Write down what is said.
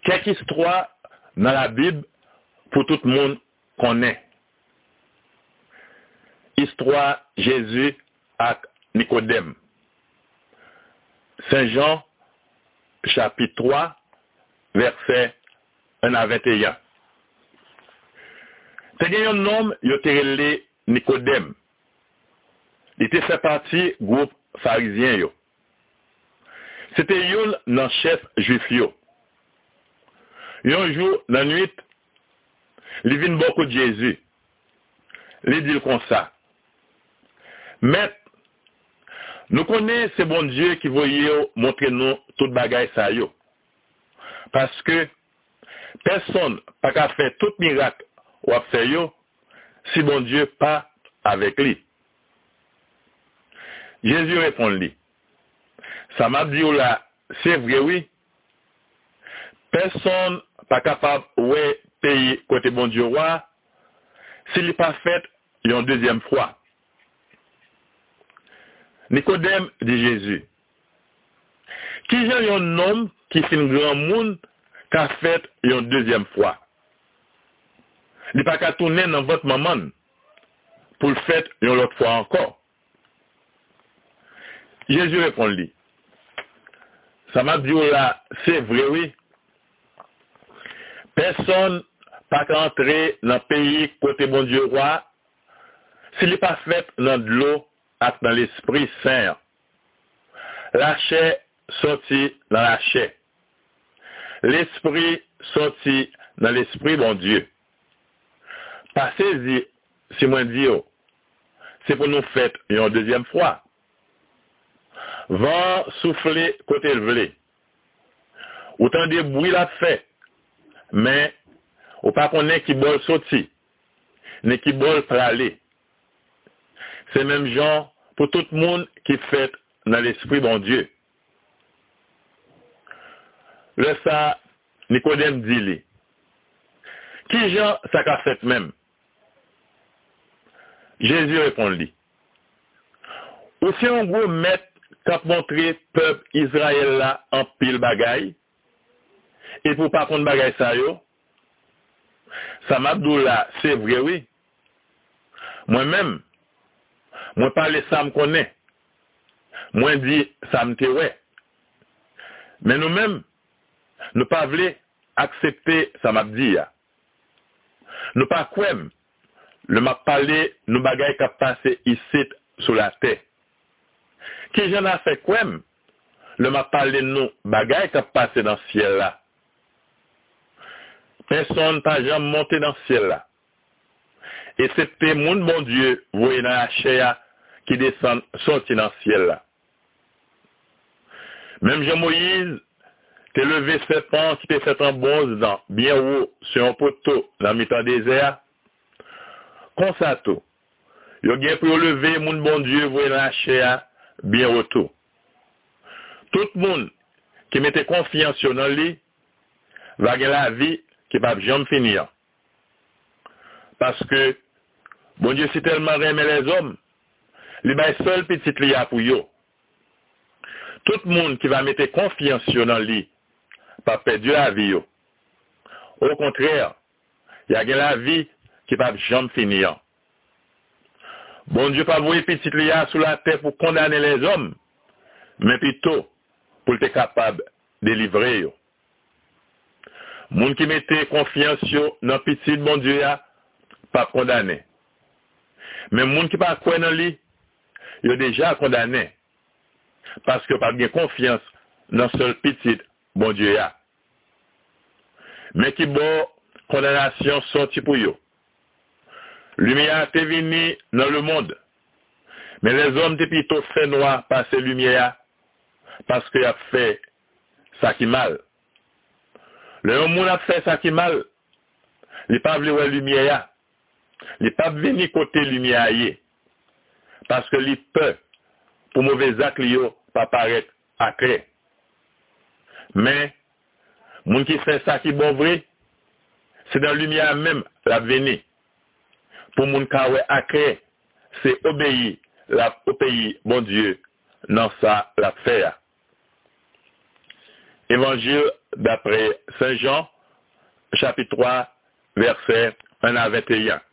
quelques histoires dans la Bible pour tout le monde connaît. Histoire Jésus avec Nicodème. Saint Jean, chapitre 3, verset 1 à 21. C'est un homme, il était relé Nicodème. Il était fait partie du groupe pharisien. C'était un chef juif. Un jour, la nuit, il vient beaucoup de Jésus. Il dit comme ça. Mais, nous connaissons ce bon Dieu qui veut montrer nous toute bagaille ça yo. Parce que personne n'a qu'à faire tout miracle ou à faire yo si bon Dieu pas avec lui. Jésus répond lui. Ça m'a dit là, c'est vrai oui. Personne pas capable ouais payer côté bon Dieu roi s'il n'est pas fait une deuxième fois. Nicodème dit Jésus. Qui j'ai un homme qui fait un grand monde qui a fait une deuxième fois? Il n'est pas qu'à tourner dans votre maman pour le faire une autre fois encore. Jésus répond lui. Ça m'a dit là, c'est vrai oui. Personne pas qu'à entrer dans le pays côté bon Dieu roi s'il n'est pas fait dans de l'eau et dans l'Esprit Saint. La chair sortit dans la chair. L'Esprit sortit dans l'Esprit bon Dieu. Passez-y, si moi dis, c'est pour nous faire une deuxième fois. Vent souffler côté le vlé. Autant de bruit la fait, mais ou pas qu'on est qui bol sorti, ni qui bol praler. C'est même genre pour tout le monde qui fait dans l'Esprit bon Dieu. Le ça, Nicodème dit lui. Qui Jean ça qu'a fait même? Jésus répond lui. Ou si un gros maître qu'a montré peuple Israël là en pile bagaille, et pour pas qu'on bagaille ça yo, ça m'a dit là, c'est vrai oui. Moi-même, moi parler ça me connaît. Moi dit ça me te ouais. Mais nous-mêmes, nous pas voulons accepter ça m'a dit. Nous pas quoi le m'a parlé nous bagaille qui passé ici sur la terre. Qui j'en a fait quoi le m'a parlé nous bagaille qui passé dans le ciel là. Personne n'a jamais monté dans le ciel là. Et c'était mon bon Dieu, voyez dans la chair qui descend, sorti dans le ciel là. Même Jean-Moïse, t'es levé serpent qui t'est fait en bronze dans, bien haut, sur un poteau, dans le mi-temps désert. Comme ça tout. Il y a pour lever mon bon Dieu, voyez dans la chair, bien haut tout. Tout le monde qui mettait confiance dans lui, va gagner la vie qui va jamais finir. Parce que, bon Dieu, si tellement aimé les hommes, il va seul petit liya pour eux. Tout le monde qui va mettre confiance dans lui, pas perdre la vie. Au contraire, il y a la vie qui va jamais finir. Bon Dieu, pas vouer petit liya sous la terre pour condamner les hommes, mais plutôt pour être capable de délivrer. Moun qui mettait confiance dans petit bon Dieu, pas condamné. Mais moun qui pas croire dans lui, il est déjà condamné. Parce que pas bien confiance dans seul petit bon Dieu. Mais qui bon condamnation sorti pour eux. Lumière est venue dans le monde. Mais les hommes depuis plutôt fait noir par ces lumières parce qu'il a fait ça qui mal. Le monde a fait ça qui mal. Il n'est pas venu voir lumière. Il n'est pas venu côté lumière. Parce que il peut, pour mauvais actes, il pas paraître après. Mais, moun qui fait ça qui bon vrai, c'est dans la lumière même, la venue. Pour moun qui ouais après, c'est obéir, au pays, bon Dieu, dans ça, la faire. Évangile d'après Saint Jean, chapitre 3, versets 1 à 21.